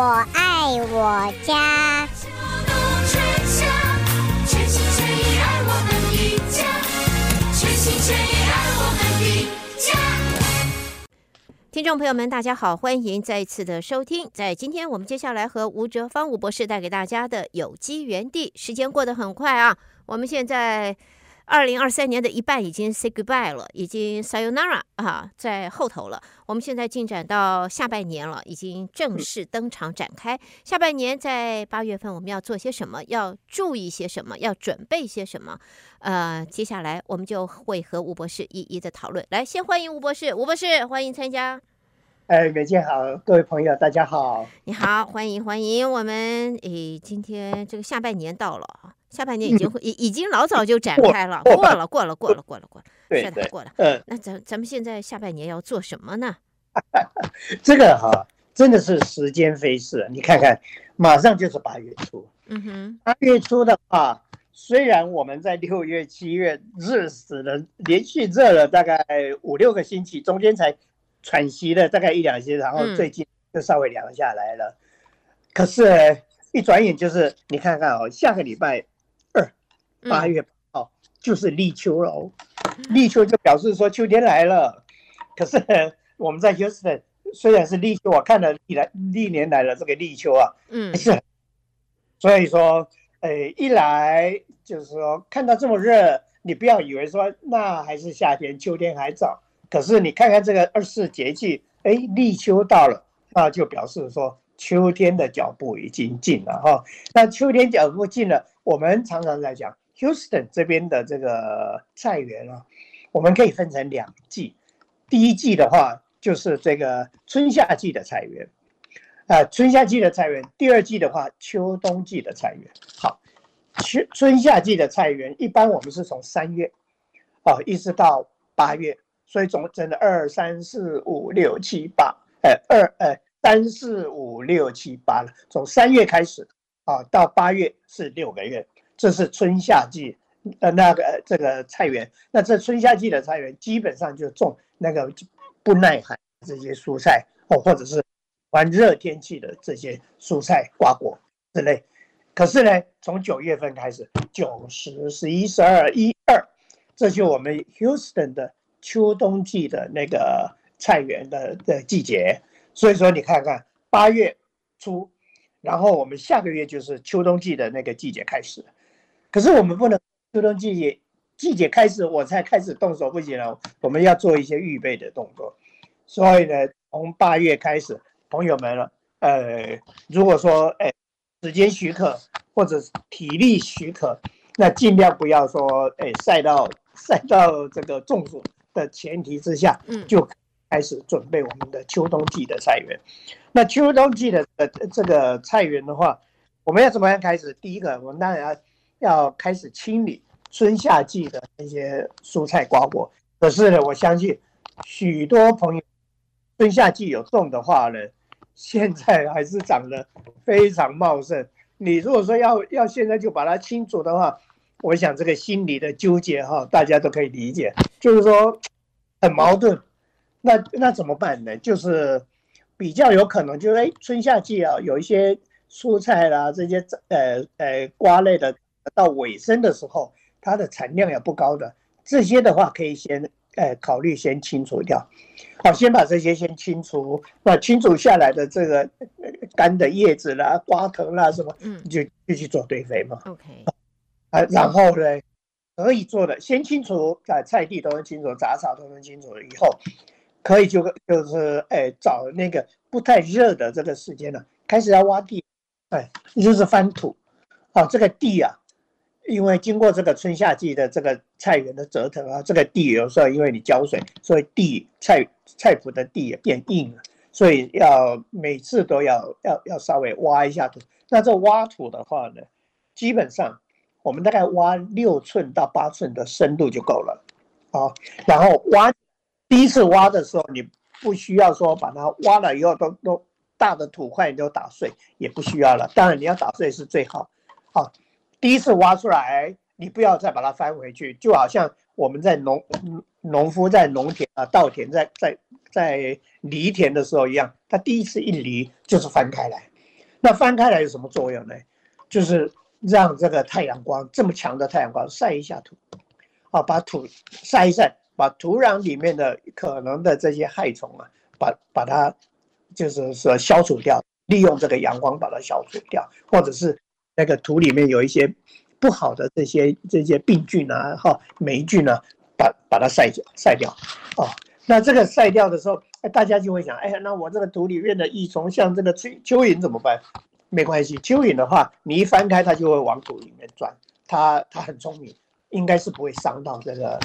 爱我家。全心全意爱我们的家，全心全意爱我们的家。听众朋友们，大家好，欢迎再一次的收听。在今天我们接下来和吴哲芳吴博士带给大家的有机园地，时间过得很快啊，我们现在2023年的一半已经 say goodbye 了，已经 sayonara 啊，在后头了。我们现在进展到下半年了，已经正式登场展开。下半年在8月份我们要做些什么？要注意些什么？要准备些什么？接下来我们就会和吴博士一一的讨论。来，先欢迎吴博士，吴博士欢迎参加。 美姐好，各位朋友大家好。 你好，欢迎欢迎。我们今天这个下半年到了，下半年已经老早就展开了，过了， 对， 晒过了。那咱们现在下半年要做什么呢？ 这个真的是时间飞逝，你看看，马上就是8月初。8月初的话，虽然我们在6月、7月热死了，连续热了大概5-6个星期，中间才喘息了大概1-2星期，然后最近就稍微凉下来了。可是，一转眼就是你看看下个礼拜2，8月8号就是立秋了。立秋就表示说秋天来了。可是我们在休斯顿虽然是立秋，我看了历年来的这个立秋啊，所以说，一来就是说看到这么热，你不要以为说那还是夏天，秋天还早。可是你看看这个24节气，立秋到了，那就表示说秋天的脚步已经近了哈。那秋天脚步近了，我们常常在讲 Houston 这边的这个菜园啊，我们可以分成2季。第一季的话就是这个春夏季的菜园，春夏季的菜园。第二季的话，秋冬季的菜园。好，春夏季的菜园一般我们是从3月一直到8月。所以总的2、3、4、5、6、7、8，3、4、5、6、7、8了。从3月开始到8月是6个月，这是春夏季这个菜园。那这春夏季的菜园基本上就种那个不耐寒这些蔬菜或者是玩热天气的这些蔬菜瓜果之类。可是呢，从9月份开始，9、10、11、12、1、2，这就我们 Houston 的秋冬季的那个菜园的季节。所以说你看看8月初，然后我们下个月就是秋冬季的那个季节开始。可是我们不能秋冬季节开始我才开始动手，不行了，我们要做一些预备的动作。所以呢，从8月开始，朋友们如果说时间许可或者体力许可，那尽量不要说晒到这个中暑的前提之下，就开始准备我们的秋冬季的菜园。那秋冬季的这个菜园的话，我们要怎么样开始？第一个，我们当然要开始清理春夏季的那些蔬菜瓜果。可是呢，我相信许多朋友春夏季有种的话呢，现在还是长得非常茂盛。你如果说要现在就把它清除的话，我想这个心理的纠结大家都可以理解，就是说很矛盾。那怎么办呢？就是比较有可能就是春夏季有一些蔬菜啦，这些瓜类的到尾声的时候，它的产量也不高的，这些的话可以先考虑先清除掉。好，先把这些先清除。那清除下来的这个干的叶子啦、瓜藤啦什么，就去做堆肥嘛。 OK。 然后呢，可以做的先清除，菜地都能清除，杂草都能清除了以后，可以就是找那个不太热的这个时间了，开始要挖地，就是翻土。这个地啊，因为经过这个春夏季的这个菜园的折腾啊，这个地有时候因为你浇水，所以菜圃的地也变硬了，所以每次都要稍微挖一下土。那这挖土的话呢，基本上我们大概挖6寸到8寸的深度就够了。然后第一次挖的时候，你不需要说把它挖了以后都大的土块你都打碎，也不需要了。当然你要打碎是最好。第一次挖出来，你不要再把它翻回去，就好像我们在农夫在农田稻田在犁田的时候一样，他第一次一犁就是翻开来。 那翻开来有什么作用呢？就是让这个太阳光这么强的太阳光晒一下土，把土晒一晒，把土壤里面的可能的这些害虫啊，把它就是说消除掉，利用这个阳光把它消除掉，或者是那个土里面有一些不好的这些病菌啊、霉菌啊，把它晒掉那这个晒掉的时候，大家就会想，那我这个土里面的益虫，像这个蚯蚓怎么办？没关系，蚯蚓的话，你一翻开它就会往土里面钻，它很聪明，应该是不会伤到这个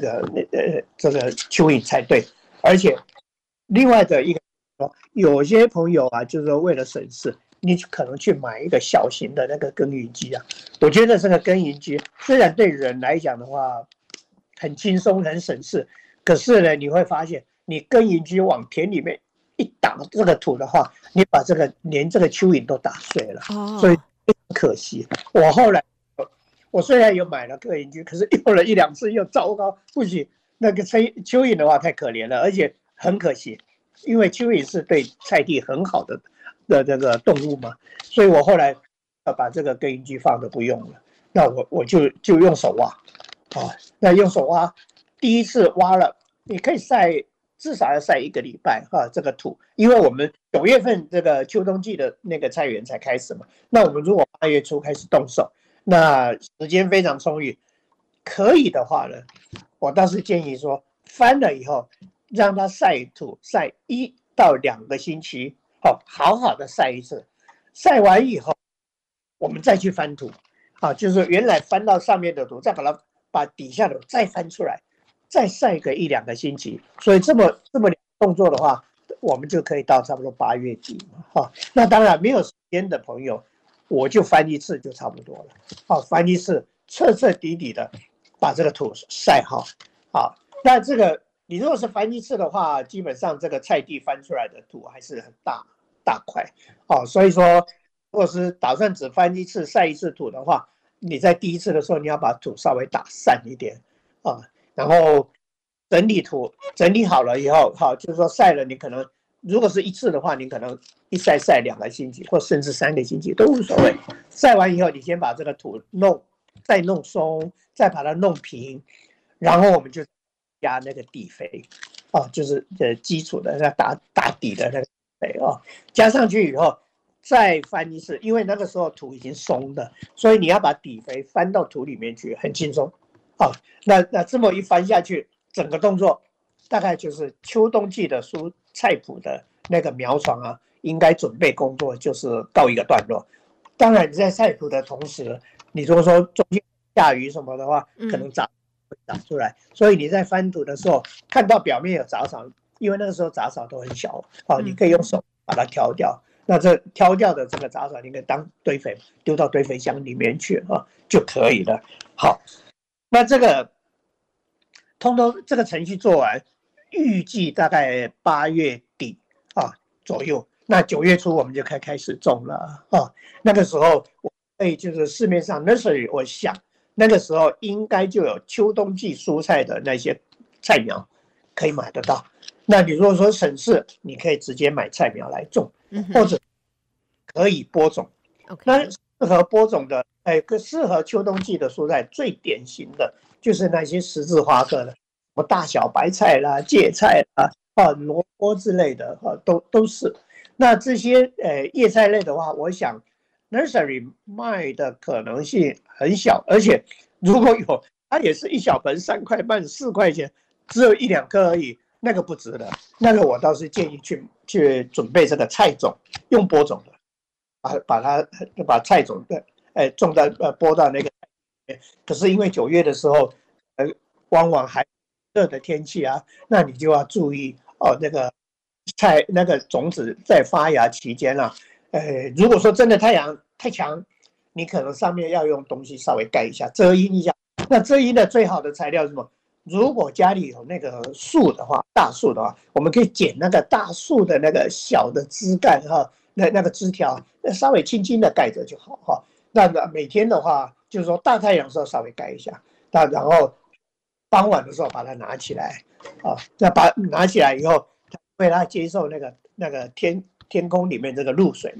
蚯蚓才对。而且另外的一个，有些朋友啊，就是说为了省事，你可能去买一个小型的那个耕耘机啊。我觉得这个耕耘机虽然对人来讲的话很轻松很省事，可是呢，你会发现你耕耘机往田里面一打这个土的话，你把连这个蚯蚓都打碎了，所以很可惜。我虽然有买了耕耘机，可是用了1-2次又糟糕，不行。那个蚯蚓的话太可怜了，而且很可惜，因为蚯蚓是对菜地很好的这个动物嘛，所以我后来把这个耕耘机放着不用了，那我就用手挖那用手挖，第一次挖了，你可以至少要晒1个礼拜这个土，因为我们9月份这个秋冬季的那个菜园才开始嘛，那我们如果8月初开始动手，那时间非常充裕，可以的话呢，我倒是建议说，翻了以后让它晒土晒1到2个星期，好好的晒一次，晒完以后我们再去翻土就是原来翻到上面的土，再把底下的再翻出来，再晒个1-2个星期，所以这么动作的话，我们就可以到差不多8月底嘛那当然没有时间的朋友，我就翻1次就差不多了翻1次彻底的把这个土晒好那这个你如果是翻1次的话，基本上这个菜地翻出来的土还是很大块所以说如果是打算只翻1次晒1次土的话，你在第1次的时候你要把土稍微打散一点然后整理土整理好了以后就是说晒了，你可能如果是1次的话，你可能一晒2个星期或甚至3个星期都无所谓。晒完以后你先把这个土再弄松，再把它弄平，然后我们就加那个地肥就是基础的那打底的那个肥加上去以后再翻1次，因为那个时候土已经松的，所以你要把底肥翻到土里面去，很轻松那这么一翻下去，整个动作大概就是秋冬季的蔬菜谱的那个苗床应该准备工作就是告一个段落。当然你在晒土的同时，你如果说中间下雨什么的话，可能杂会长出来，所以你在翻土的时候看到表面有杂草，因为那个时候杂草都很小你可以用手把它挑掉。那这挑掉的这个杂草，你可以当堆肥丢到堆肥箱里面去就可以了。好，那这个通通这个程序做完，预计大概8月底左右，那9月初我们就开始种了那个时候就是市面上 nursery， 我想那个时候应该就有秋冬季蔬菜的那些菜苗可以买得到。那你如果说省事，你可以直接买菜苗来种，或者可以播种。那适合播种的，适合秋冬季的蔬菜，最典型的就是那些十字花科的，什么大小白菜啦、芥菜啦、萝卜之类的都是。那这些叶菜类的话，我想 nursery 卖的可能性很小，而且如果有，它也是1小盆3块半4块钱，只有1-2颗而已，那个不值得。那个我倒是建议去准备这个菜种，用播种的。把菜种种到播到那个，可是因为9月的时候往往还热的天气那你就要注意那个菜那个种子在发芽期间如果说真的太阳太强，你可能上面要用东西稍微盖一下，遮阴一下。那遮阴的最好的材料是什么？如果家里有那个树的话，大树的话，我们可以剪那个大树的那个小的枝干那个枝条稍微轻轻的盖着就好那每天的话，就是说大太阳的时候稍微盖一下，然后傍晚的时候把它拿起来那拿起来以后，为它接受那个天空里面这个露水嘛，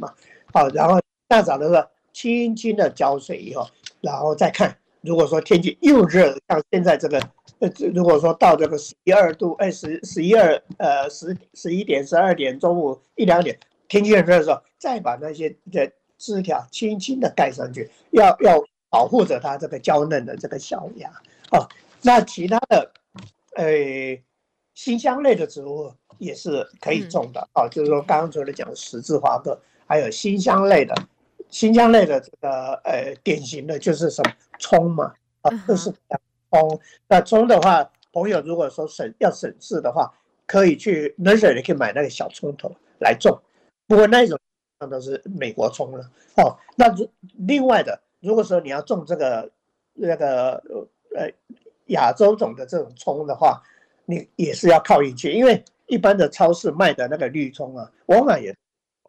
好，然后大早的时候轻轻的浇水以后，然后再看，如果说天气又热，像现在这个，如果说到这个12度，11点、12点，中午1、2点，天气很热的时候，再把那些的枝条轻轻的盖上去，要保护着它这个娇嫩的这个小芽。哦，那其他的，辛香类的植物也是可以种的。哦，就是说刚刚除了讲十字花科，还有辛香类的这个典型的就是什么葱嘛，这是葱。那葱的话，朋友如果说要省事的话，可以去 nursery 可以买那个小葱头来种，不过那一种都是美国葱了。哦，那另外的，如果说你要种这个亚洲种的这种葱的话，你也是要靠运气，因为一般的超市卖的那个绿葱啊，往往也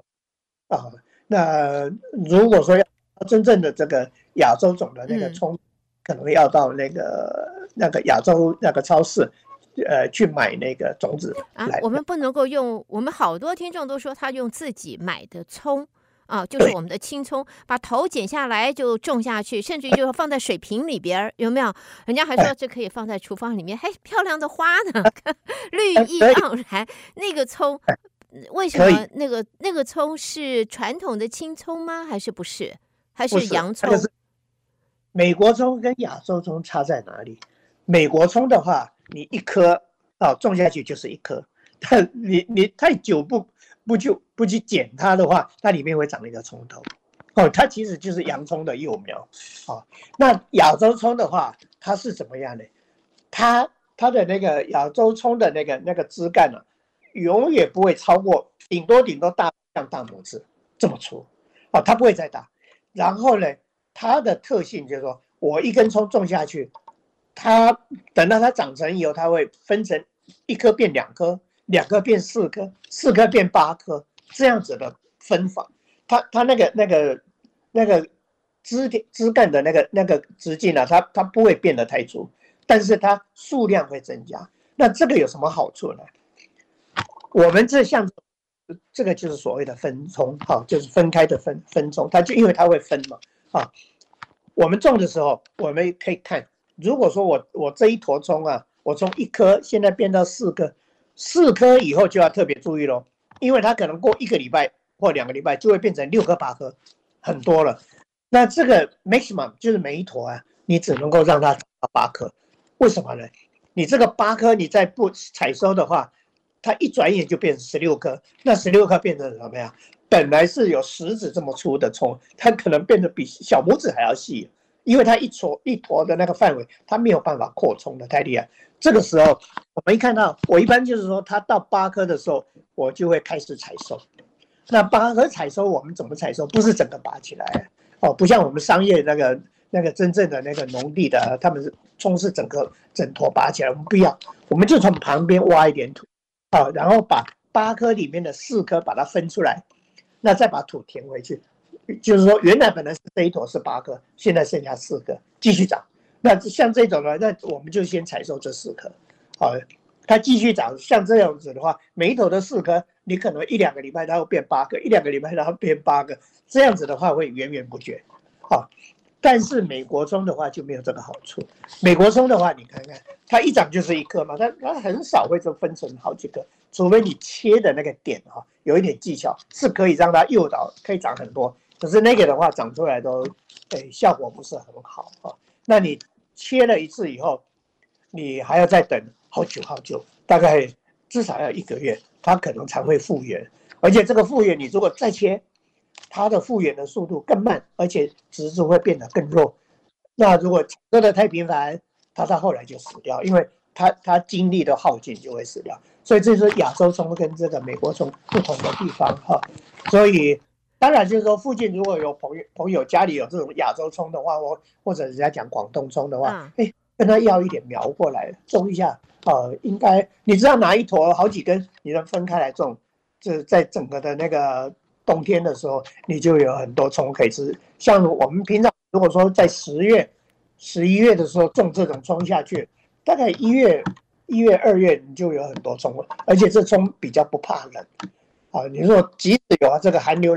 那如果说要真正的这个亚洲种的那个葱，可能要到那个亚洲那个超市，去买那个种子来。 我们不能够用，我们好多听众都说他用自己买的葱。就是我们的青葱，把头剪下来就种下去，甚至于就放在水瓶里边，有没有？人家还说这可以放在厨房里面，还漂亮的花呢，绿意盎然。那个葱，为什么那个葱是传统的青葱吗？还是不是？还是洋葱？ 美国葱跟亚洲葱差在哪里？美国葱的话，你一颗种下去就是一颗，但你太久不去剪它的话，它里面会长一个葱头。它其实就是洋葱的幼苗。那亚洲葱的话，它是怎么样呢？它的那个亚洲葱的那个枝干呢，永远不会超过，顶多大像大拇指这么粗。它不会再大。然后呢，它的特性就是说，我一根葱种下去，它等到它长成以后，它会分成一颗变2颗。2颗变4颗，4颗变8颗，这样子的分法。它那个枝干的那个直径啊，它不会变得太粗，但是它数量会增加。那这个有什么好处呢？我们这个就是所谓的分葱，就是分开的分葱，因为它会分嘛。我们种的时候，我们可以看，如果说我这一坨葱啊，我从1颗现在变到4颗。4颗以后就要特别注意咯，因为它可能过1个礼拜或2个礼拜就会变成6颗8颗，很多了。那这个 maximum 就是每一坨啊，你只能够让它长到8颗。为什么呢？你这个8颗你再不采收的话，它一转眼就变成16颗，那16颗变成什么呀？本来是有食指这么粗的葱，它可能变得比小拇指还要细，因为它一坨的那个范围，它没有办法扩充的太厉害。这个时候，我们一看到，我一般就是说，它到8颗的时候，我就会开始采收。那8颗采收，我们怎么采收？不是整个拔起来，不像我们商业那个真正的那个农地的，他们葱是整坨拔起来，我们不要，我们就从旁边挖一点土，然后把8颗里面的4颗把它分出来，那再把土填回去，就是说原来本来是这一坨是8颗，现在剩下4颗，继续长。那像这种呢，那我们就先采收这4颗，它继续长。像这样子的话，每一头的4颗，你可能1、2个礼拜它会变8个，1、2个礼拜它会变8个，这样子的话会源源不绝。但是美国葱的话就没有这个好处。美国葱的话，你看看，它一长就是1颗嘛，它很少会就分成好几个，除非你切的那个点有一点技巧，是可以让它诱导可以长很多。可是那个的话长出来都，效果不是很好。那你切了1次以后，你还要再等好久，大概至少要1个月，它可能才会复原。而且这个复原，你如果再切，它的复原的速度更慢，而且植株会变得更弱。那如果割得太频繁，它到后来就死掉，因为它精力都耗尽就会死掉。所以这是亚洲葱跟这个美国葱不同的地方。所以当然就是说，附近如果有朋友家里有这种亚洲葱的话，或者人家讲广东葱的话，跟他要一点苗过来种一下，应该你知道拿一坨好几根，你能分开来种，就是在整个的那个冬天的时候，你就有很多葱可以吃。像我们平常如果说在10月、11月的时候种这种葱下去，大概1月、2月你就有很多葱了，而且这葱比较不怕冷。你说即使有这个寒流来，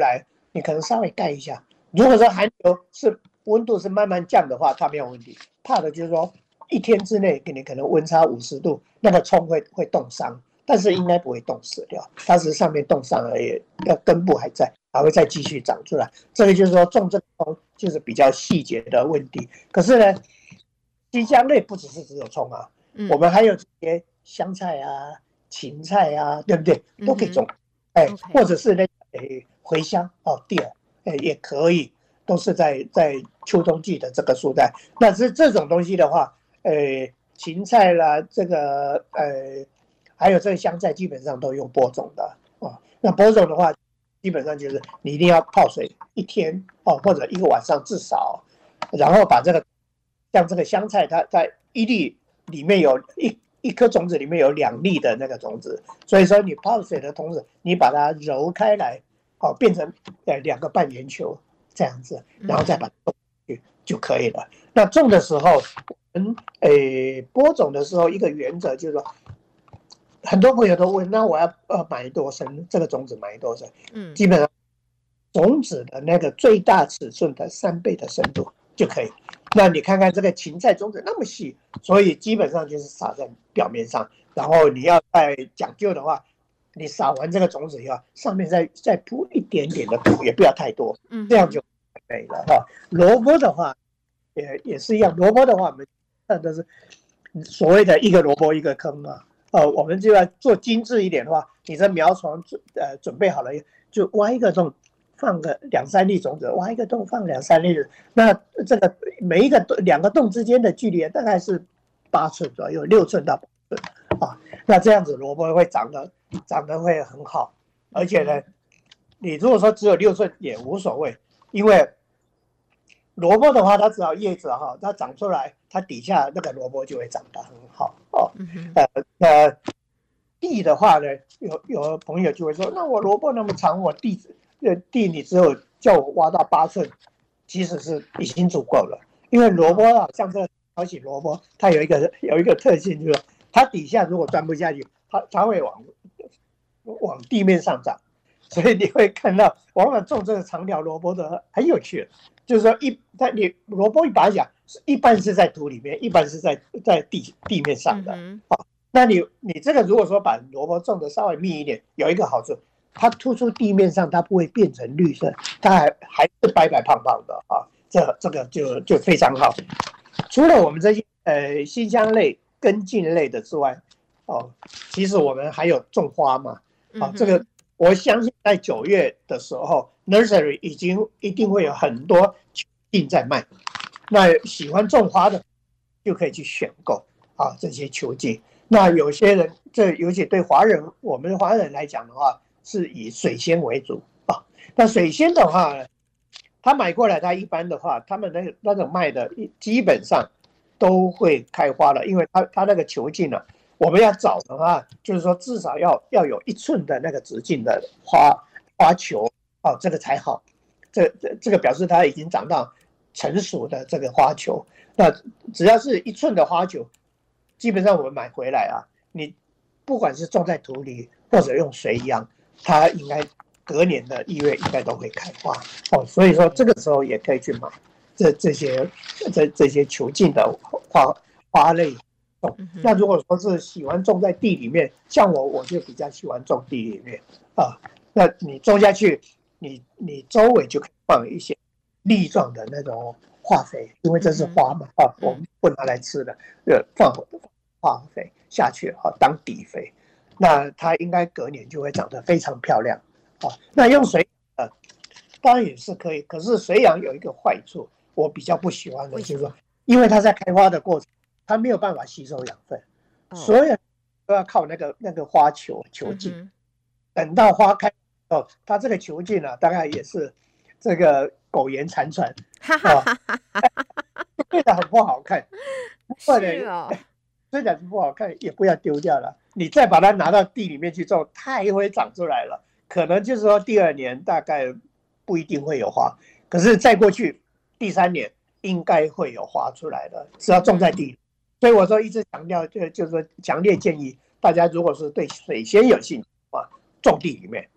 你可能稍微盖一下。如果说寒流是温度是慢慢降的话，它没有问题。怕的就是说一天之内给你可能温差50度，那个葱会冻伤，但是应该不会冻死掉，它是上面冻伤而已，要根部还在，还会再继续长出来。这个就是说种这个葱就是比较细节的问题。可是呢，辛香类不只有葱啊，我们还有这些香菜啊、芹菜啊，对不对？都可以种，或者是那茴香哦，地耳，也可以，都是在秋冬季的这个蔬菜。那是这种东西的话，芹菜啦，这个还有这个香菜，基本上都用播种的哦。那播种的话，基本上就是你一定要泡水1天哦，或者1个晚上至少，然后把这个像这个香菜，它在1粒里面有一颗种子里面有2粒的那个种子，所以说你泡水的同时，你把它揉开来，哦，变成2个半圆球这样子，然后再把它种进去就可以了。那种的时候，播种的时候一个原则就是说，很多朋友都问，那我要买多深？这个种子买多深？基本上种子的那个最大尺寸的3倍的深度就可以。那你看看这个芹菜种子那么细，所以基本上就是撒在表面上，然后你要再讲究的话，你撒完这个种子以后，上面再铺一点点的土，也不要太多，这样就可以了哈。萝卜的话也是一样，萝卜的话我们看的是所谓的一个萝卜一个坑嘛，我们就要做精致一点的话，你这苗床准备好了，就挖一个洞。放个2、3粒种子，挖一个洞放2、3粒，那这个每一个2个洞之间的距离大概是8寸左右，6寸到8寸啊。那这样子萝卜会长得会很好，而且呢，你如果说只有6寸也无所谓，因为萝卜的话，它只要叶子哈，它长出来，它底下那个萝卜就会长得很好哦。地的话呢，有朋友就会说，那我萝卜那么长，我地你只有叫我挖到8寸，其实是已经足够了。因为萝卜啊，像这个挑起萝卜，它有一个特性，就是它底下如果钻不下去，它会往地面上长。所以你会看到，往往种这个长条萝卜的很有趣，就是说你萝卜一把讲，一半是在土里面，一半是在地面上的。那你这个如果说把萝卜种的稍微密一点，有一个好处。它突出地面上，它不会变成绿色，它还是白白胖胖的啊。这个就非常好。除了我们这些辛香类、根茎类的之外，哦，其实我们还有种花嘛。这个我相信在9月的时候 ，nursery 一定会有很多球茎在卖。那喜欢种花的就可以去选购啊这些球茎。那有些人，尤其对我们华人来讲的话。是以水仙为主啊。那水仙的话，他买过来，他一般的话，他们那种卖的，基本上都会开花了，因为他那个球茎呢，我们要找的话，就是说至少要有1寸的那个直径的花球啊，这个才好。这个表示它已经长到成熟的这个花球。那只要是1寸的花球，基本上我们买回来啊，你不管是种在土里或者用水养。它应该隔年的1月应该都会开花哦，所以说这个时候也可以去买这些球茎的花类。那如果说是喜欢种在地里面，像我就比较喜欢种地里面啊。那你种下去，你周围就可以放一些粒状的那种化肥，因为这是花嘛啊，我们不拿来吃的，放化肥下去啊当底肥。那它应该隔年就会长得非常漂亮啊。那用水当然也是可以，可是水养有一个坏处，我比较不喜欢的就是说，因为它在开花的过程，它没有办法吸收养分，所有都要靠那个花球茎。等到花开后，它这个球茎大概也是这个苟延残喘，变得很不好看。 是哦。 虽然不好看，也不要丢掉了。你再把它拿到地里面去种，它也会长出来了。可能就是说第2年大概不一定会有花，可是再过去第3年应该会有花出来的，只要种在地里。所以我说一直强调，就是说强烈建议大家，如果是对水仙有兴趣的话，种地里面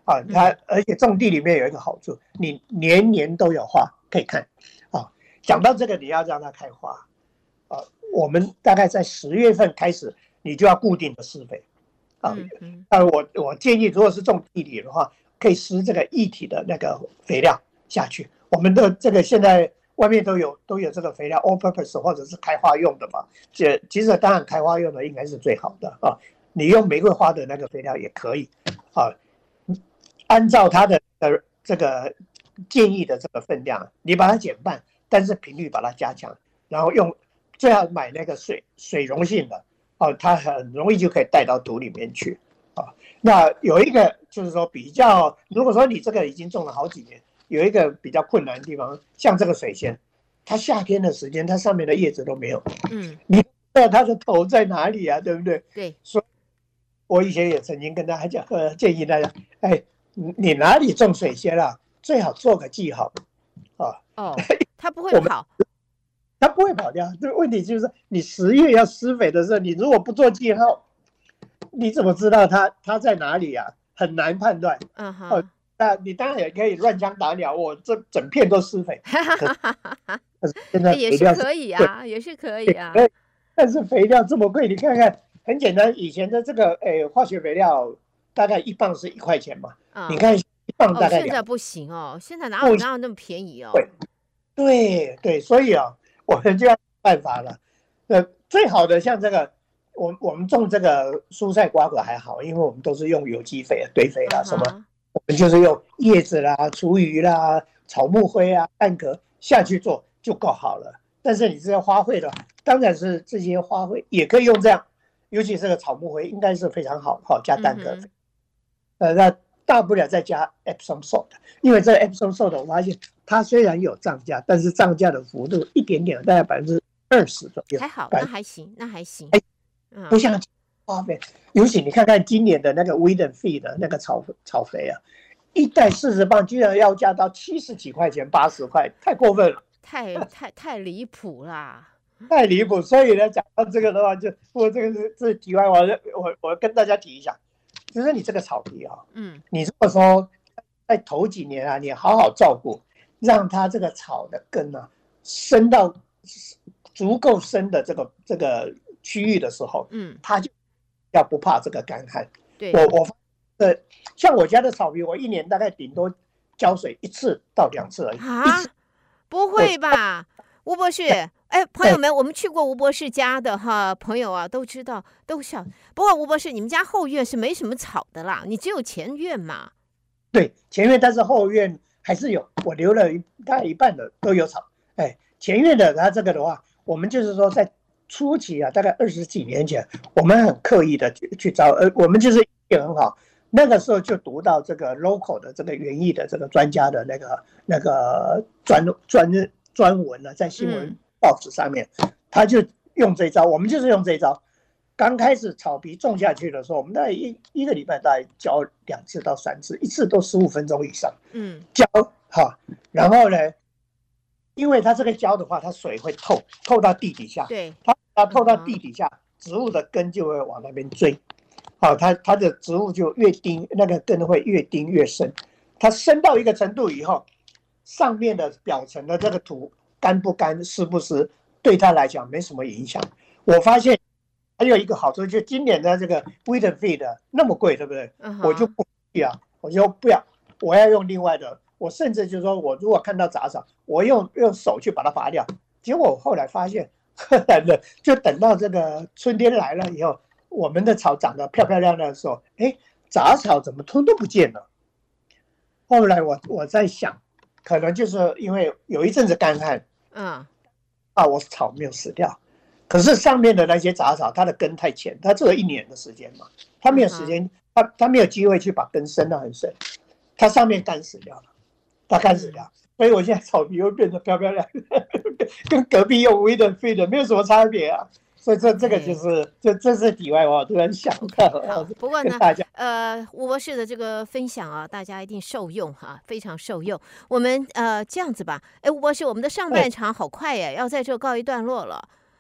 它而且种地里面有一个好处，你年年都有花可以看啊。讲到这个，你要让它开花啊，我们大概在10月份开始，你就要固定的施肥啊。我建议，如果是种地里的话，可以施这个液体的那个肥料下去。我们的这个现在外面都有这个肥料 ，all purpose 或者是开花用的嘛。其实当然开花用的应该是最好的啊。你用玫瑰花的那个肥料也可以啊。按照它的这个建议的这个分量，你把它减半，但是频率把它加强，然后最好买那个水溶性的哦，它很容易就可以带到土里面去啊。那有一个就是说比较，如果说你这个已经种了好几年，有一个比较困难的地方，像这个水仙，它夏天的时间它上面的叶子都没有，你不知道它的头在哪里啊，对不对？ 对， 所以我以前也曾经跟大家讲，建议大家，哎。你哪里种水仙了？最好做个记号啊！ 它不会跑， 它不会跑掉。这个问题就是你10月要施肥的时候，你如果不做记号，你怎么知道它在哪里啊？很难判断。那你当然也可以乱枪打鸟，我这整片都施肥。可是现在也是可以啊，也是可以啊。 但是肥料这么贵，你看看，很简单，以前的这个化学肥料。大概1磅是1块钱嘛，你看1磅大概现在不行哦，现在哪有那么便宜哦？ 对，所以啊，我们就要办法了。最好的像这个，我们种这个蔬菜瓜果还好，因为我们都是用有机肥、堆肥啦，什么，我们就是用叶子啦、厨余啦、草木灰啊、蛋壳下去做就够好了。但是你这些花卉的，当然是这些花卉也可以用这样，尤其这个草木灰应该是非常好，加蛋壳。那大不了再加 Epsom salt， 因为这个 Epsom salt 我发现它虽然有涨价，但是涨价的幅度一点点，大概20%左右。 还好，那还行。 不像花肥，尤其你看看今年的那个 Weed and Feed 的那个草肥啊，一袋40磅居然要价到70几块钱、80块，太过分了， 太离谱啦！ 太离谱。所以呢，讲到这个的话，就我这个是题外话，我跟大家提一下。就是你这个草皮啊，你如果说在头几年啊，你好好照顾，让它这个草的根啊深到足够深的这个区域的时候，它就要不怕这个干旱。 对， 像我家的草皮，我1年大概顶多浇水1次到2次而已。 不会吧，吴博士？朋友们，我们去过吴博士家的朋友啊，都知道，都笑。不过吴博士，你们家后院是没什么草的啦，你只有前院嘛。 对，前院，但是后院还是有，我留了大概一半的都有草。前院的它这个的话，我们就是说在初期啊，大概20几年前，我们很刻意的去找，我们就是也很好。那个时候就读到这个 local 的这个园艺的这个专家的那个专文呢，在新闻报纸上面，他就用这一招，我们就是用这一招。刚开始草皮种下去的时候，我们大概一个礼拜大概浇2次到3次，一次都15分钟以上。浇然后呢，因为它这个浇的话，它水会透到地底下， 对， 它透到地底下，植物的根就会往那边追。它的植物就越钉，那个根会越钉越深。它深到一个程度以后，上面的表层的这个土干不干、湿不湿，对它来讲没什么影响。我发现还有一个好处，就今年的这个 Weed and Feed 那么贵，对不对？我就不要，我就不要，我要用另外的。我甚至就是说我如果看到杂草，我用手去把它拔掉。结果我后来发现，就等到这个春天来了以后，我们的草长得漂漂亮亮的时候，杂草怎么通通不见了？后来我在想，可能就是因为有一阵子干旱，我草没有死掉，可是上面的那些杂草，它的根太浅，它只有1年的时间嘛，它没有时间，它没有机会去把根深到很深，它上面干死掉了，所以我现在草皮又变得漂漂亮亮，跟隔壁用Weed and Feed没有什么差别啊。所以这个就是这是题外话，突然想到。 不过呢，吴博士的这个分享啊，大家一定受用非常受用。我们这样子吧，吴博士，我们的上半场好快耶，要在这告一段落了。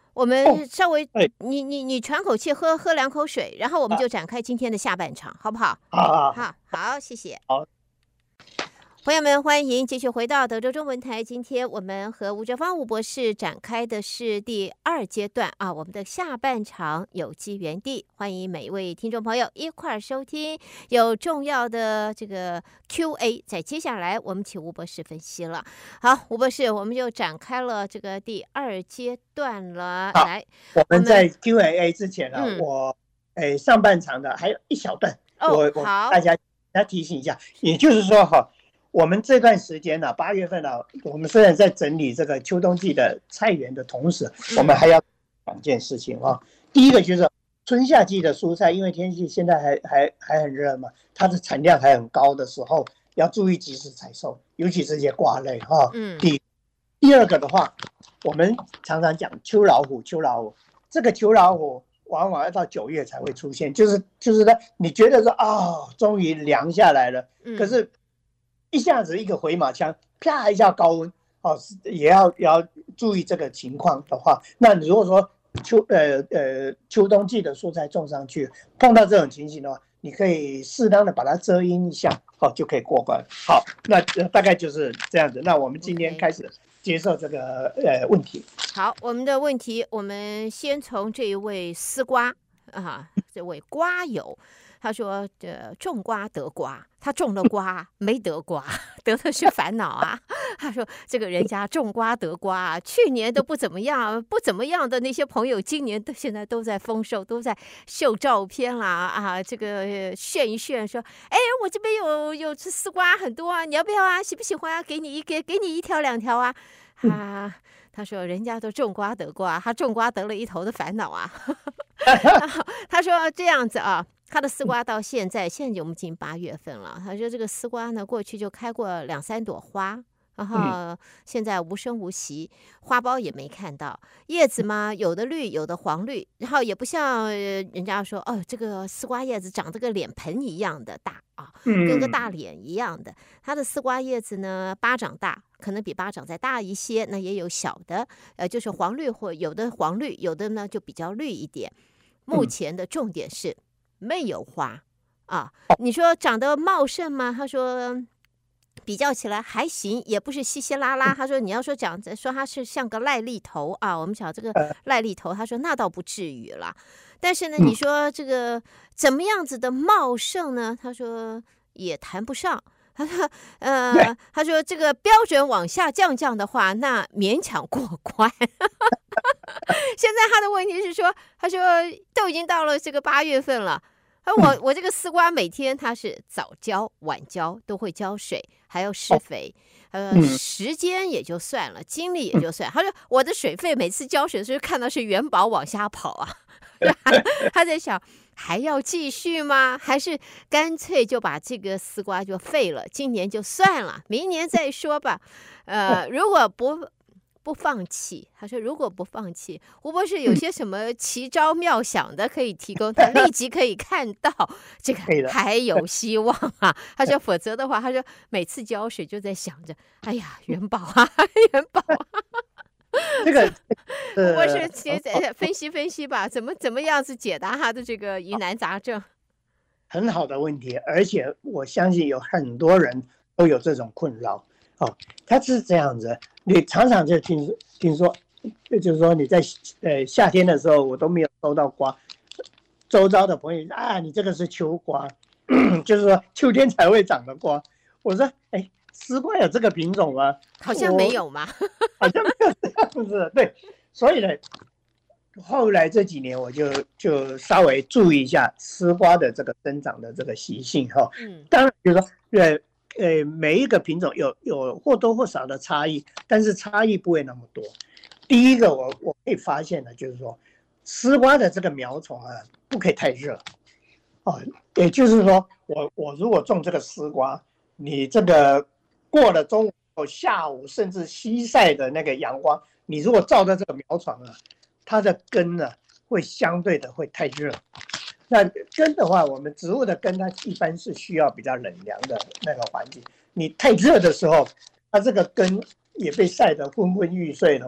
我们稍微，你喘口气，喝2口水，然后我们就展开今天的下半场，好不好？好，谢谢。 好。 朋友们，欢迎继续回到德州中文台。今天我们和吴哲芳吴博士展开的是第2阶段啊，我们的下半场有机园地，欢迎每一位听众朋友一块儿收听。有重要的这个 Q&A， 在接下来我们请吴博士分析了。好，吴博士，我们就展开了这个第2阶段了。来， 我们在 Q&A 之前呢，我上半场的还有一小段，我大家提醒一下，也就是说我们这段时间呢，8月份呢，我们虽然在整理这个秋冬季的菜园的同时，我们还要2件事情啊。第一个就是春夏季的蔬菜，因为天气现在还很热嘛，它的产量还很高的时候，要注意及时采收，尤其是这些瓜类哈。第二个的话，我们常常讲秋老虎，这个秋老虎往往要到9月才会出现，就是你觉得说终于凉下来了，可是一下子一个回马枪，啪一下高温，也要注意这个情况的话，那如果说秋冬季的蔬菜种上去，碰到这种情形的话，你可以适当的把它遮阴一下，就可以过关。好，那大概就是这样子。那我们今天开始接受这个问题。 好，我们的问题，我们先从这一位丝瓜这位瓜友。他说种瓜得瓜，他种了瓜没得瓜，得的是烦恼啊。他说这个人家种瓜得瓜，去年都不怎么样的那些朋友，今年现在都在丰收，都在秀照片啦这个炫一炫，说我这边有丝瓜很多啊，你要不要啊？喜不喜欢啊？给你1条2条啊。他说人家都种瓜得瓜，他种瓜得了一头的烦恼啊。他说这样子啊，他的丝瓜到现在我们已经8月份了。他说这个丝瓜呢，过去就开过2、3朵花，然后现在无声无息，花苞也没看到，叶子嘛有的绿有的黄绿，然后也不像人家说这个丝瓜叶子长得跟脸盆一样的大跟个大脸一样的。它的丝瓜叶子呢巴掌大，可能比巴掌再大一些，那也有小的就是黄绿，或有的黄绿，有的呢就比较绿一点。目前的重点是没有花你说长得茂盛吗？他说比较起来还行，也不是稀稀拉拉。他说你要说说它是像个赖痢头我们讲这个赖痢头，他说那倒不至于了。但是呢，你说这个怎么样子的茂盛呢？他说也谈不上。他说这个标准往下降的话，那勉强过关。现在他的问题是说，他说都已经到了这个8月份了，我这个丝瓜每天它是早浇晚浇，都会浇水，还要施肥，时间也就算了，精力也就算。他说我的水费每次浇水的时候看到是元宝往下跑他在想还要继续吗？还是干脆就把这个丝瓜就废了，今年就算了，明年再说吧。如果不放弃，他说如果不放弃，吴博士有些什么奇招妙想的可以提供，他立即可以看到这个还有希望他说否则的话，他说每次浇水就在想着，哎呀，元宝元宝这个我是分析吧，怎么样子解答他的这个疑难杂症？ 很好的问题，而且我相信有很多人都有这种困扰他是这样子，你常常就听说，就是说你在夏天的时候，我都没有收到瓜，周遭的朋友你这个是秋瓜，就是说秋天才会长的瓜。我说丝瓜有这个品种吗？ 好像没有嘛， 好像没有这样子。对，所以呢，后来这几年我就稍微注意一下丝瓜的这个生长的这个习性当然就是说每一个品种有或多或少的差异，但是差异不会那么多。第一个我可以发现的就是说，丝瓜的这个苗丛不可以太热也就是说我如果种这个丝瓜，你这个过了中午下午甚至西晒的那个阳光，你如果照在这个苗床它的根会相对的会太热。那根的话，我们植物的根它一般是需要比较冷凉的那个环境。你太热的时候，它这个根也被晒得昏昏欲睡的话，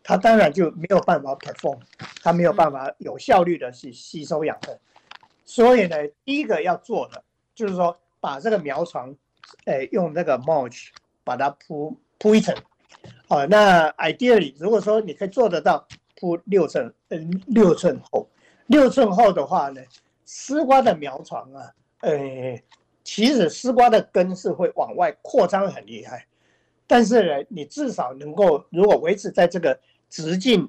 它当然就没有办法 perform， 它没有办法有效率的去吸收养分。所以呢，第一个要做的就是说，把这个苗床，用那个 mulch 把它铺一层。好，那 ideally 如果说你可以做得到铺6寸厚，6寸厚的话呢，丝瓜的苗床啊，其实丝瓜的根是会往外扩张很厉害，但是呢，你至少能够如果维持在这个直径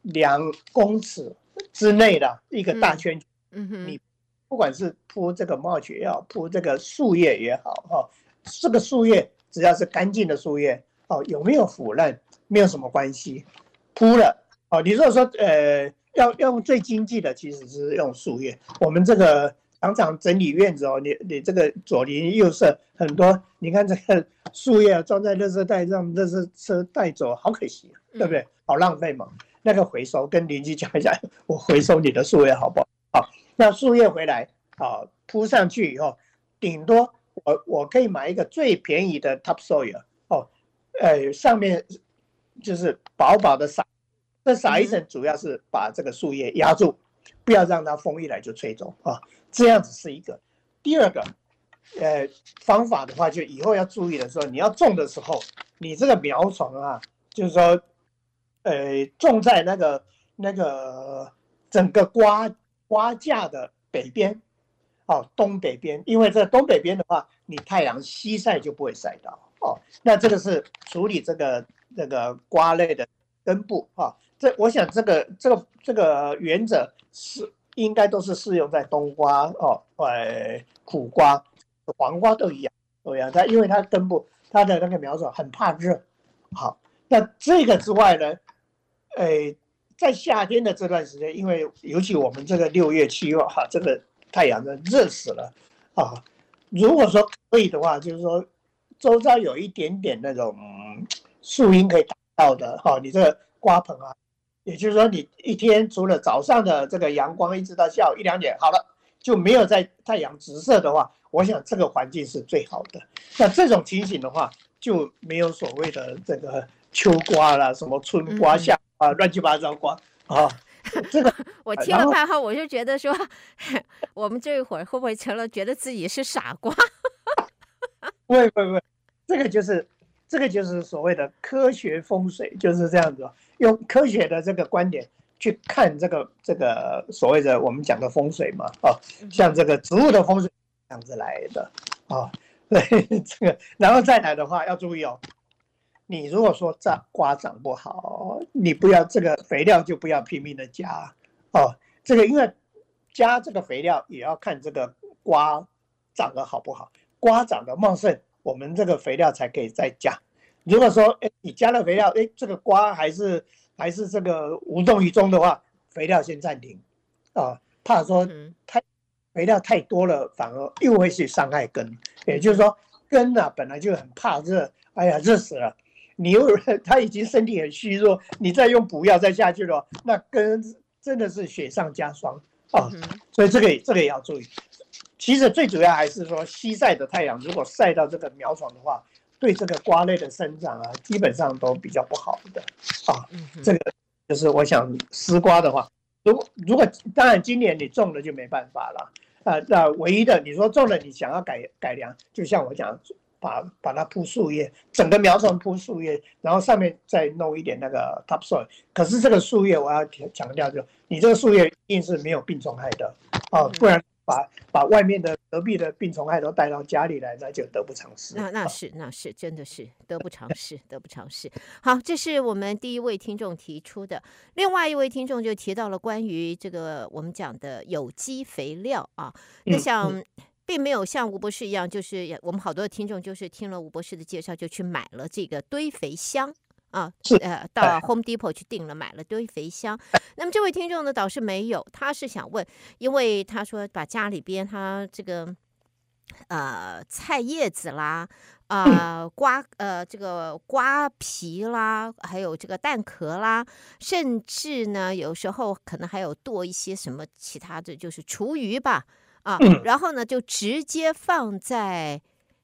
2公尺之内的一个大圈，你不管是铺这个mulch也好，铺这个树叶也好，这个树叶只要是干净的树叶，有没有腐烂没有什么关系，铺了，你如果说要用最经济的其实是用树叶，我们这个常常整理院子你这个左邻右舍很多，你看这个树叶装在垃圾袋让垃圾车带走，好可惜，对不对？好浪费嘛。那个回收跟邻居讲一下，我回收你的树叶好不好？好，那树叶回来铺上去以后，顶多我可以买一个最便宜的 topsoil，上面就是薄薄的撒，这撒一层主要是把这个树叶压住，不要让它风一来就吹走这样子是一个。第二个方法的话，就以后要注意的时候，你要种的时候，你这个苗床啊，就是说种在那个整个瓜架的北边，东北边，因为这东北边的话，你太阳西晒就不会晒到那这个是处理这个瓜类的根部我想这个原则应该都是适用在冬瓜苦瓜、黄瓜都一样。因为它根部它的那个苗种很怕热。好，那这个之外呢，在夏天的这段时间，因为尤其我们这个6月7月这个太阳热死了如果说可以的话，就是说周遭有一点点那种树荫可以打到的你这个瓜棚也就是说你一天除了早上的这个阳光一直到下午1、2点好了，就没有在太阳直射的话，我想这个环境是最好的。那这种情形的话，就没有所谓的这个秋瓜啦、什么春瓜、夏瓜、乱七八糟瓜这个我听了半后，我就觉得说，我们这一会儿会不会成了觉得自己是傻瓜？ 不会，这个就是所谓的科学风水，就是这样子用科学的这个观点去看这个所谓的我们讲的风水嘛像这个植物的风水这样子来的对这个，然后再来的话要注意你如果说瓜长不好，你不要这个肥料就不要拼命的加这个因为加这个肥料也要看这个瓜长得好不好，瓜长得茂盛，我们这个肥料才可以再加。如果说你加了肥料，这个瓜还是这个无动于衷的话，肥料先暂停怕说肥料太多了，反而又会去伤害根。也就是说，根本来就很怕热，哎呀，热死了。它已经身体很虚弱，你再用补药再下去了，那根真的是雪上加霜所以这个也要注意。其实最主要还是说西晒的太阳，如果晒到这个苗床的话，对这个瓜类的生长基本上都比较不好的这个就是我想丝瓜的话，如果当然今年你种了就没办法了那唯一的你说种了你想要改良，就像我讲把它铺树叶，整个苗床铺树叶，然后上面再弄一点那个 topsoil。可是这个树叶我要强调，就你这个树叶一定是没有病虫害的不然把外面的隔壁的病虫害都带到家里来，那就得不偿失。 那是真的是得不偿失，得不偿失。好，这是我们第一位听众提出的。另外一位听众就提到了关于这个我们讲的有机肥料那像并没有像吴博士一样，就是我们好多听众就是听了吴博士的介绍就去买了这个堆肥箱到 Home Depot 去订了，买了堆肥箱。那么这位听众呢倒是没有，他是想问，因为他说把家里边他这个菜叶子啦这个瓜皮啦，还有这个蛋壳啦，甚至呢有时候可能还有剁一些什么其他的就是厨余吧然后呢就直接放在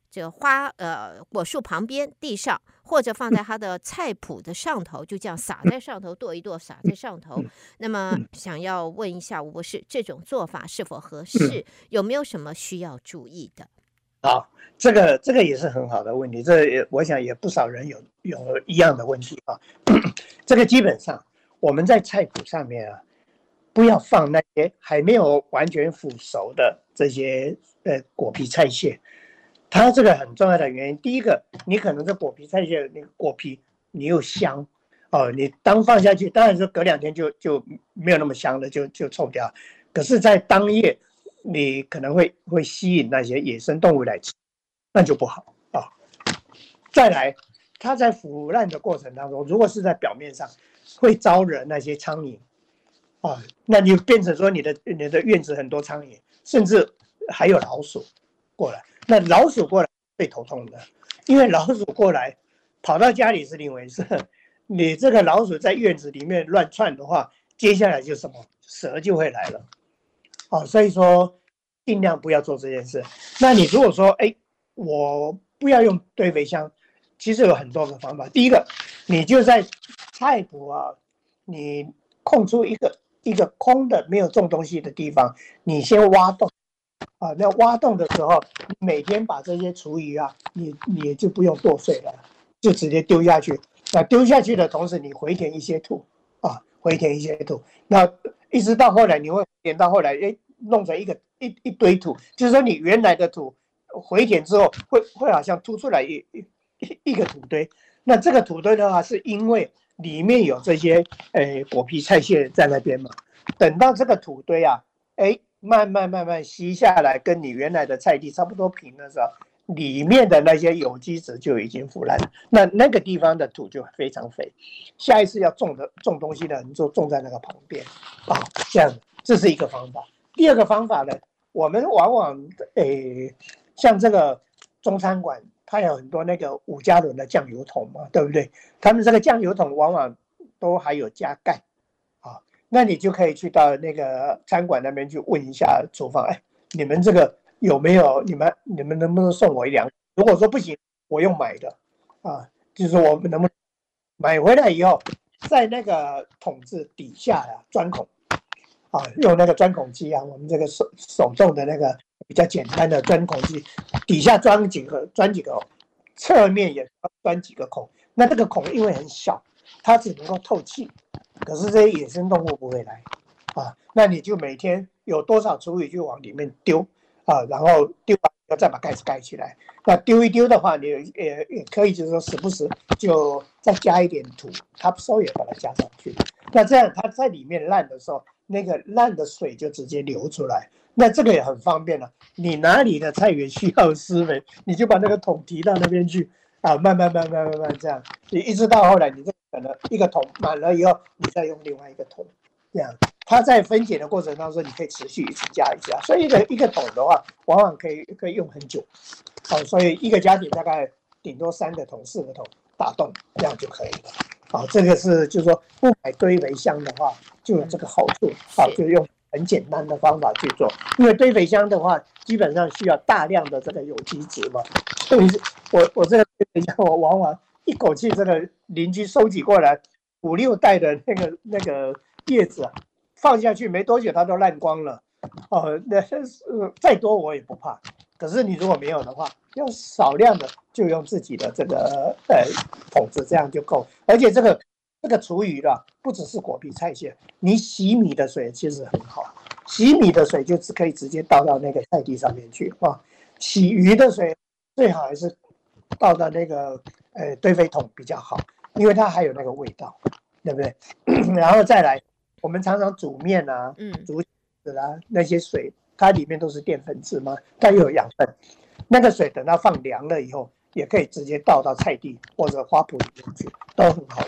这个果树旁边地上，或者放在它的菜谱的上头，就这样撒在上头，剁一剁撒在上头。那么想要问一下吴博士，这种做法是否合适？有没有什么需要注意的？ 好，这个也是很好的问题，我想也不少人有一样的问题啊。这个基本上我们在菜谱上面啊，不要放那些还没有完全腐熟的这些果皮菜屑。它这个很重要的原因，第一个，你可能这果皮菜屑那个果皮你又香哦，你当放下去，当然说隔2天就没有那么香了，就臭掉。可是，在当夜，你可能会吸引那些野生动物来吃，那就不好啊。再来，它在腐烂的过程当中，如果是在表面上，会招惹那些苍蝇啊，那你变成说你的院子很多苍蝇，甚至还有老鼠过来。那老鼠过来最头痛的，因为老鼠过来跑到家里是另一回事，你这个老鼠在院子里面乱窜的话，接下来就什么蛇就会来了。所以说尽量不要做这件事。那你如果说我不要用堆肥箱，其实有很多个方法。第一个，你就在菜谱啊，你空出一个空的没有种东西的地方，你先挖洞啊。那挖洞的时候，你每天把这些厨余啊，你也就不用剁碎了，就直接丢下去。那丢下去的同时，你回填一些土啊，回填一些土。那一直到后来，你会填到后来，弄成一堆土，就是说你原来的土回填之后，会好像凸出来一个土堆。那这个土堆的话，是因为里面有这些果皮菜屑在那边嘛。等到这个土堆啊，慢慢吸下来，跟你原来的菜地差不多平的时候，里面的那些有机质就已经腐烂了。那个地方的土就非常肥。下一次要种东西的人就种在那个旁边啊，这样这是一个方法。第二个方法呢，我们往往像这个中餐馆，它有很多那个5加仑的酱油桶嘛，对不对？他们这个酱油桶往往都还有加盖啊，那你就可以去到那个餐馆那边去问一下厨房，你们这个有没有？你们能不能送我1两？如果说不行，我用买的啊，就是我们能不能买回来以后，在那个桶子底下钻孔。用那个钻孔机啊，我们这个手动的那个比较简单的钻孔机，底下钻几个，侧面也钻几个孔。那这个孔因为很小，它只能够透气，可是这些野生动物不会来啊。那你就每天有多少厨余就往里面丢啊，然后丢完以后再把盖子盖起来。那丢一丢的话，你也可以就是说时不时就再加一点土，topsoil也把它加上去。那这样它在里面烂的时候，那个烂的水就直接流出来，那这个也很方便了。你哪里的菜园需要施肥，你就把那个桶提到那边去啊，慢慢这样，你一直到后来，你这可能一个桶满了以后，你再用另外一个桶，这样它在分解的过程当中，你可以持续一直加，所以一个桶的话，往往可以用很久。所以一个家庭大概顶多3个桶、4个桶打洞，这样就可以了。这个是就是说不买堆肥箱的话，就有这个好处就用很简单的方法去做。因为堆肥箱的话，基本上需要大量的这个有机质嘛。所以我这个堆肥箱，我往往一口气这个邻居收集过来5、6袋的那个叶子放下去，没多久它都烂光了。那再多我也不怕。可是你如果没有的话，用少量的就用自己的这个桶子，这样就够。而且这个厨余不只是果皮菜屑，你洗米的水其实很好，洗米的水就可以直接倒到那个菜地上面去洗鱼的水最好还是倒到那个堆肥桶比较好，因为它还有那个味道，对不对？然后再来，我们常常煮面煮子那些水。它里面都是淀粉质嘛，它又有养分，那个水等它放凉了以后，也可以直接倒到菜地或者花圃里面去，都很好。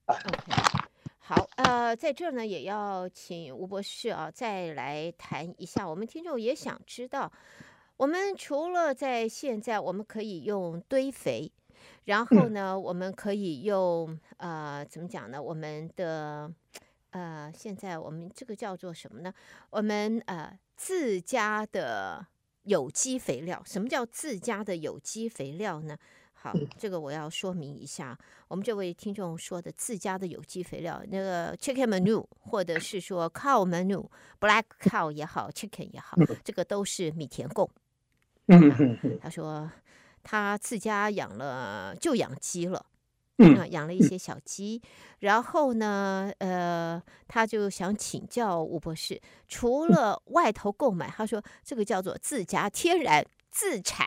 OK， 好，在这呢也要请吴博士再来谈一下，我们听众也想知道，我们除了在现在我们可以用堆肥，然后呢，我们可以用怎么讲呢？我们的现在我们这个叫做什么呢？我们自家的有机肥料。什么叫自家的有机肥料呢？好，这个我要说明一下。我们这位听众说的自家的有机肥料，那个 chicken manure 或者是说 cow manure，black cow 也好 ，chicken 也好，这个都是米田共。他说他自家养鸡了。养了一些小鸡，然后呢，他就想请教吴博士，除了外头购买，他说这个叫做自家天然自产，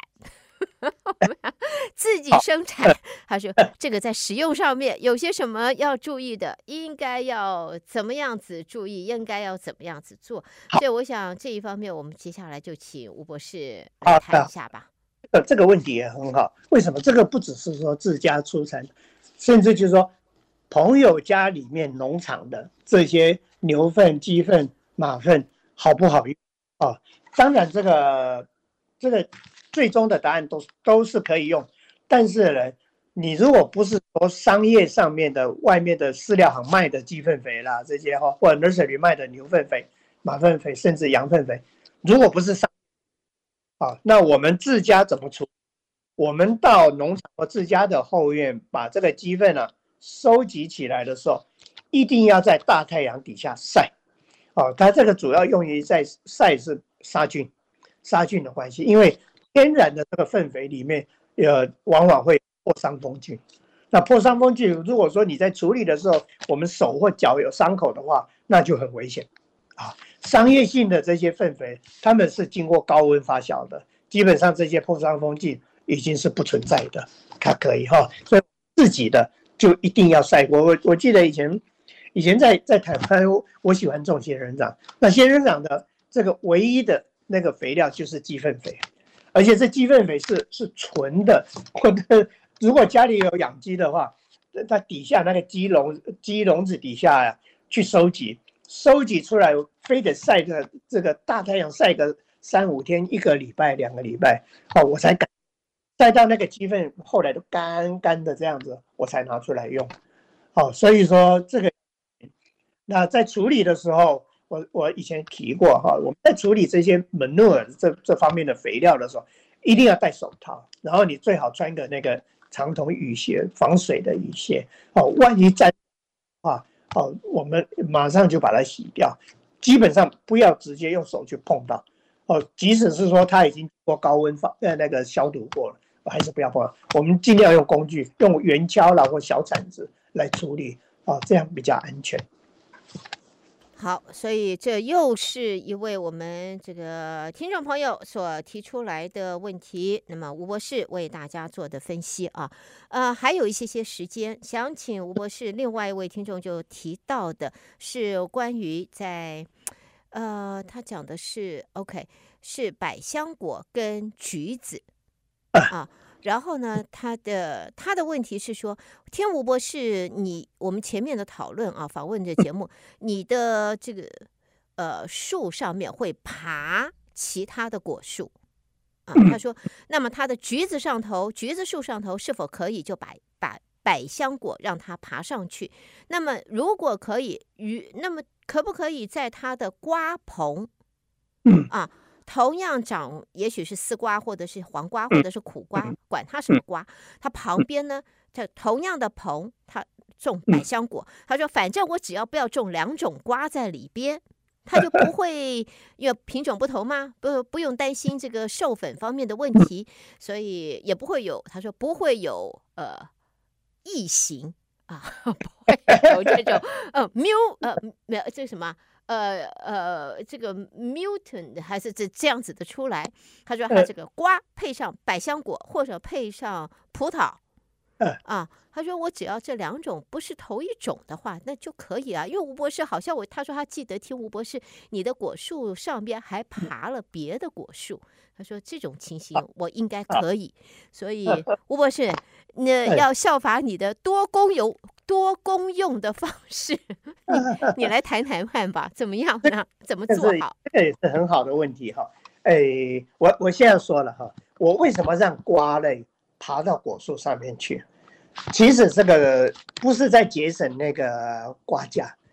自己生产。他说这个在使用上面有些什么要注意的，应该要怎么样子注意，应该要怎么样子做。所以我想这一方面，我们接下来就请吴博士来谈一下吧。 这个问题也很好，为什么这个不只是说自家出产，甚至就是说朋友家里面农场的这些牛粪、鸡粪、马粪好不好用啊？当然这个最终的答案都是可以用，但是呢，你如果不是说商业上面的外面的饲料行卖的鸡粪肥啦这些或者 nursery 卖的牛粪肥、马粪肥甚至羊粪肥，如果不是那我们自家怎么处理？我们到农场或自家的后院，把这个鸡粪收集起来的时候，一定要在大太阳底下晒。它这个主要用于在晒是杀菌的关系，因为天然的这个粪肥里面，往往会破伤风菌。那破伤风菌，如果说你在处理的时候，我们手或脚有伤口的话，那就很危险。商业性的这些粪肥，他们是经过高温发酵的，基本上这些破伤风菌已经是不存在的，它可以所以自己的就一定要晒过。我记得以前在台湾，我喜欢种仙人掌，那仙人掌的这个唯一的那个肥料就是鸡粪肥，而且这鸡粪肥是纯的，或者如果家里有养鸡的话，它底下那个鸡笼子底下去收集出来，非得晒这个大太阳晒个3-5天，1个礼拜、2个礼拜，我才敢晒到那个鸡粪，后来都干的这样子，我才拿出来用。所以说这个，那在处理的时候，我以前提过我们在处理这些 manure 这方面的肥料的时候，一定要戴手套，然后你最好穿个那个长筒雨鞋，防水的雨鞋。万一沾我们马上就把它洗掉，基本上不要直接用手去碰到。即使是说它已经经过高温那个消毒过了，还是不要碰。我们尽量用工具，用圆锹啦或小铲子来处理，这样比较安全。 好，所以这又是一位我们这个听众朋友所提出来的问题，那么吴博士为大家做的分析还有一些时间，想请吴博士。另外一位听众就提到的是关于在他讲的是 OK 是百香果跟橘子然后呢，他的问题是说，听吴博士，我们前面的讨论访问的节目，你的这个树上面会爬其他的果树他说，那么他的橘子树上头是否可以就把百香果让它爬上去？那么如果可以，那么可不可以在它的瓜棚同样长，也许是丝瓜，或者是黄瓜，或者是苦瓜，管它什么瓜，它旁边呢，它同样的棚，它种百香果。他说，反正我只要不要种2种瓜在里边，它就不会因为品种不同嘛，不用担心这个授粉方面的问题，所以也不会有，他说不会有异形不会有这种这什么。这个 mutant 还是这样子的出来。他说他这个瓜配上百香果，或者配上葡萄他说我只要这2种不是同一种的话，那就可以因为吴博士好像他说他记得听吴博士，你的果树上边还爬了别的果树。他说这种情形我应该可以，所以吴博士，要效法你的多功用的方式，你来谈看吧，怎么样呢？怎么做好？ 这个也是很好的问题我现在说了我为什么让瓜类爬到果树上面去？其实这个不是在节省那个瓜价，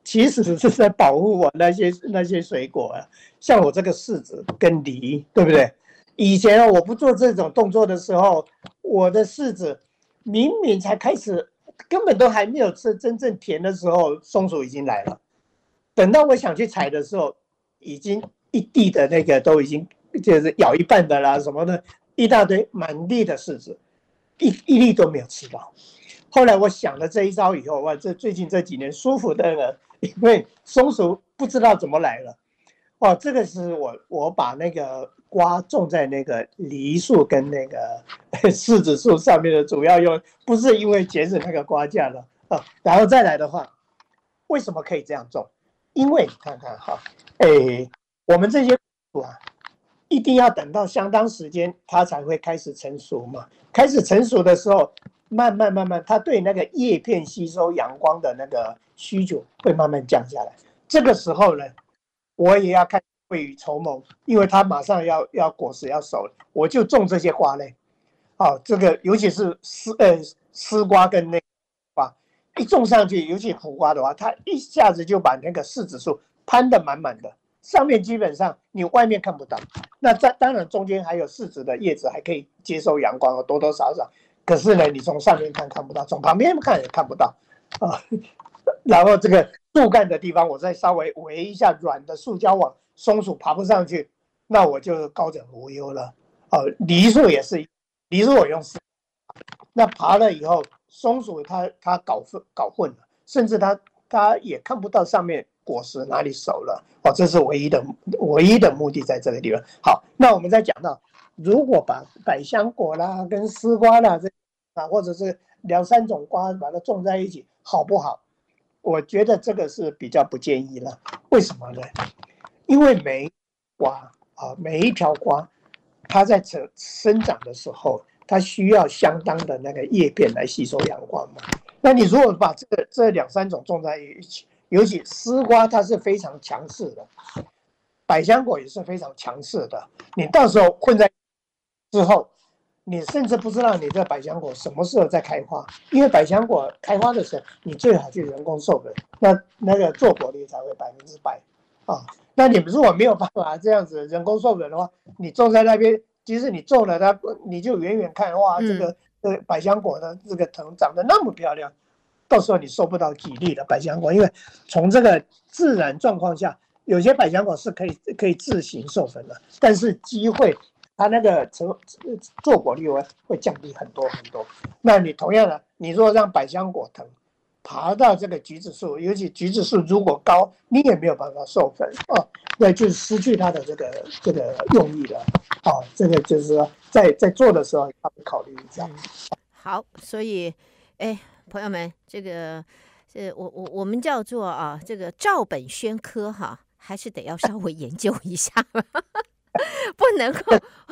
其实是在保护我那些水果啊，像我这个柿子跟梨，对不对？以前我不做这种动作的时候，我的柿子明明才开始，根本都还没有吃真正甜的时候，松鼠已经来了。等到我想去采的时候，已经一地的那个都已经就是咬一半的啦什么的，一大堆满地的柿子，一粒都没有吃到。后来我想了这一招以后，哇，这最近这几年舒服的了，因为松鼠不知道怎么来了。哦，这个是我把那个瓜种在那个梨树跟那个柿子树上面的主要用，不是因为节省那个瓜价了啊。然后再来的话，为什么可以这样种？因为你看看哈，我们这些树啊，一定要等到相当时间它才会开始成熟嘛。开始成熟的时候，慢慢，它对那个叶片吸收阳光的那个需求会慢慢降下来。这个时候呢，我也要开始未雨绸缪，因为它马上要果实要熟了，我就种这些瓜类。好，这个尤其是丝瓜跟那个瓜，一种上去，尤其苦瓜的话，它一下子就把那个柿子树攀得满满的，上面基本上你外面看不到。那当然中间还有柿子的叶子还可以接收阳光，多多少少。可是呢，你从上面看不到，从旁边看也看不到啊。然后这个树干的地方，我再稍微围一下软的塑胶网，松鼠爬不上去，那我就高枕无忧了。梨树也是，梨树我用丝，那爬了以后，松鼠它搞混了，甚至它也看不到上面果实哪里熟了。这是唯一的目的在这个地方。好，那我们再讲到，如果把百香果啦跟丝瓜啦或者是2-3种瓜把它种在一起，好不好？我觉得这个是比较不建议了。为什么呢？因为每一条瓜，它在生长的时候，它需要相当的那个叶片来吸收阳光嘛。那你如果把这2-3种种在一起，尤其丝瓜它是非常强势的，百香果也是非常强势的。你到时候混在之后，你甚至不知道你这百香果什么时候在开花，因为百香果开花的时候，你最好去人工授粉，那个做果率才会100%啊。那你们如果没有办法这样子人工授粉的话，你种在那边，即使你种了它，你就远远看，哇，这个百香果的这个藤长得那么漂亮，到时候你收不到几粒的百香果，因为从这个自然状况下，有些百香果是可以自行授粉的，但是机会它那个做果率会降低很多很多。那你同样的，你如果让百香果藤爬到这个橘子树，尤其橘子树如果高，你也没有办法授粉那就失去它的这个用意了这个就是说在做的时候要考虑一下。 好，所以朋友们，这个我们叫做这个照本宣科还是得要稍微研究一下不能够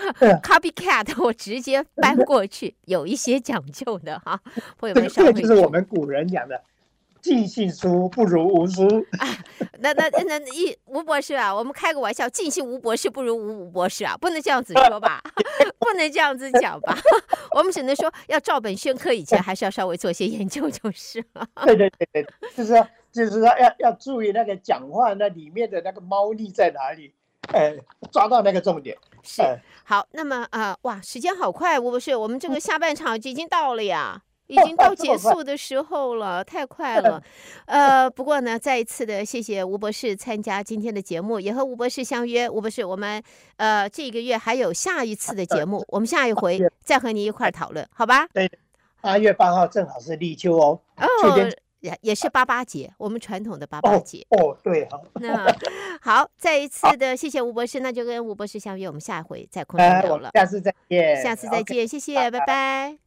copycat 我直接搬过去，有一些讲究的朋友们这个就是我们古人讲的尽信书不如无书那吴博士我们开个玩笑，尽信吴博士不如吴博士不能这样子说吧不能这样子讲吧我们只能说要照本宣科，以前还是要稍微做些研究就是了对，就是说要注意那个讲话那里面的那个猫腻在哪里，抓到那个重点。 是好，那么哇，时间好快，吴博士，我们这个下半场已经到了呀已经到结束的时候了，太快了。不过呢，再一次的谢谢吴博士参加今天的节目，也和吴博士相约。吴博士，我们这个月还有下一次的节目，我们下一回再和你一块讨论，好吧？ 对，8月8号正好是立秋哦。 也是88节，我们传统的88节。 对那好，再一次的谢谢吴博士，那就跟吴博士相约，我们下一回再空中聊了。 下次再见， 谢谢，拜拜。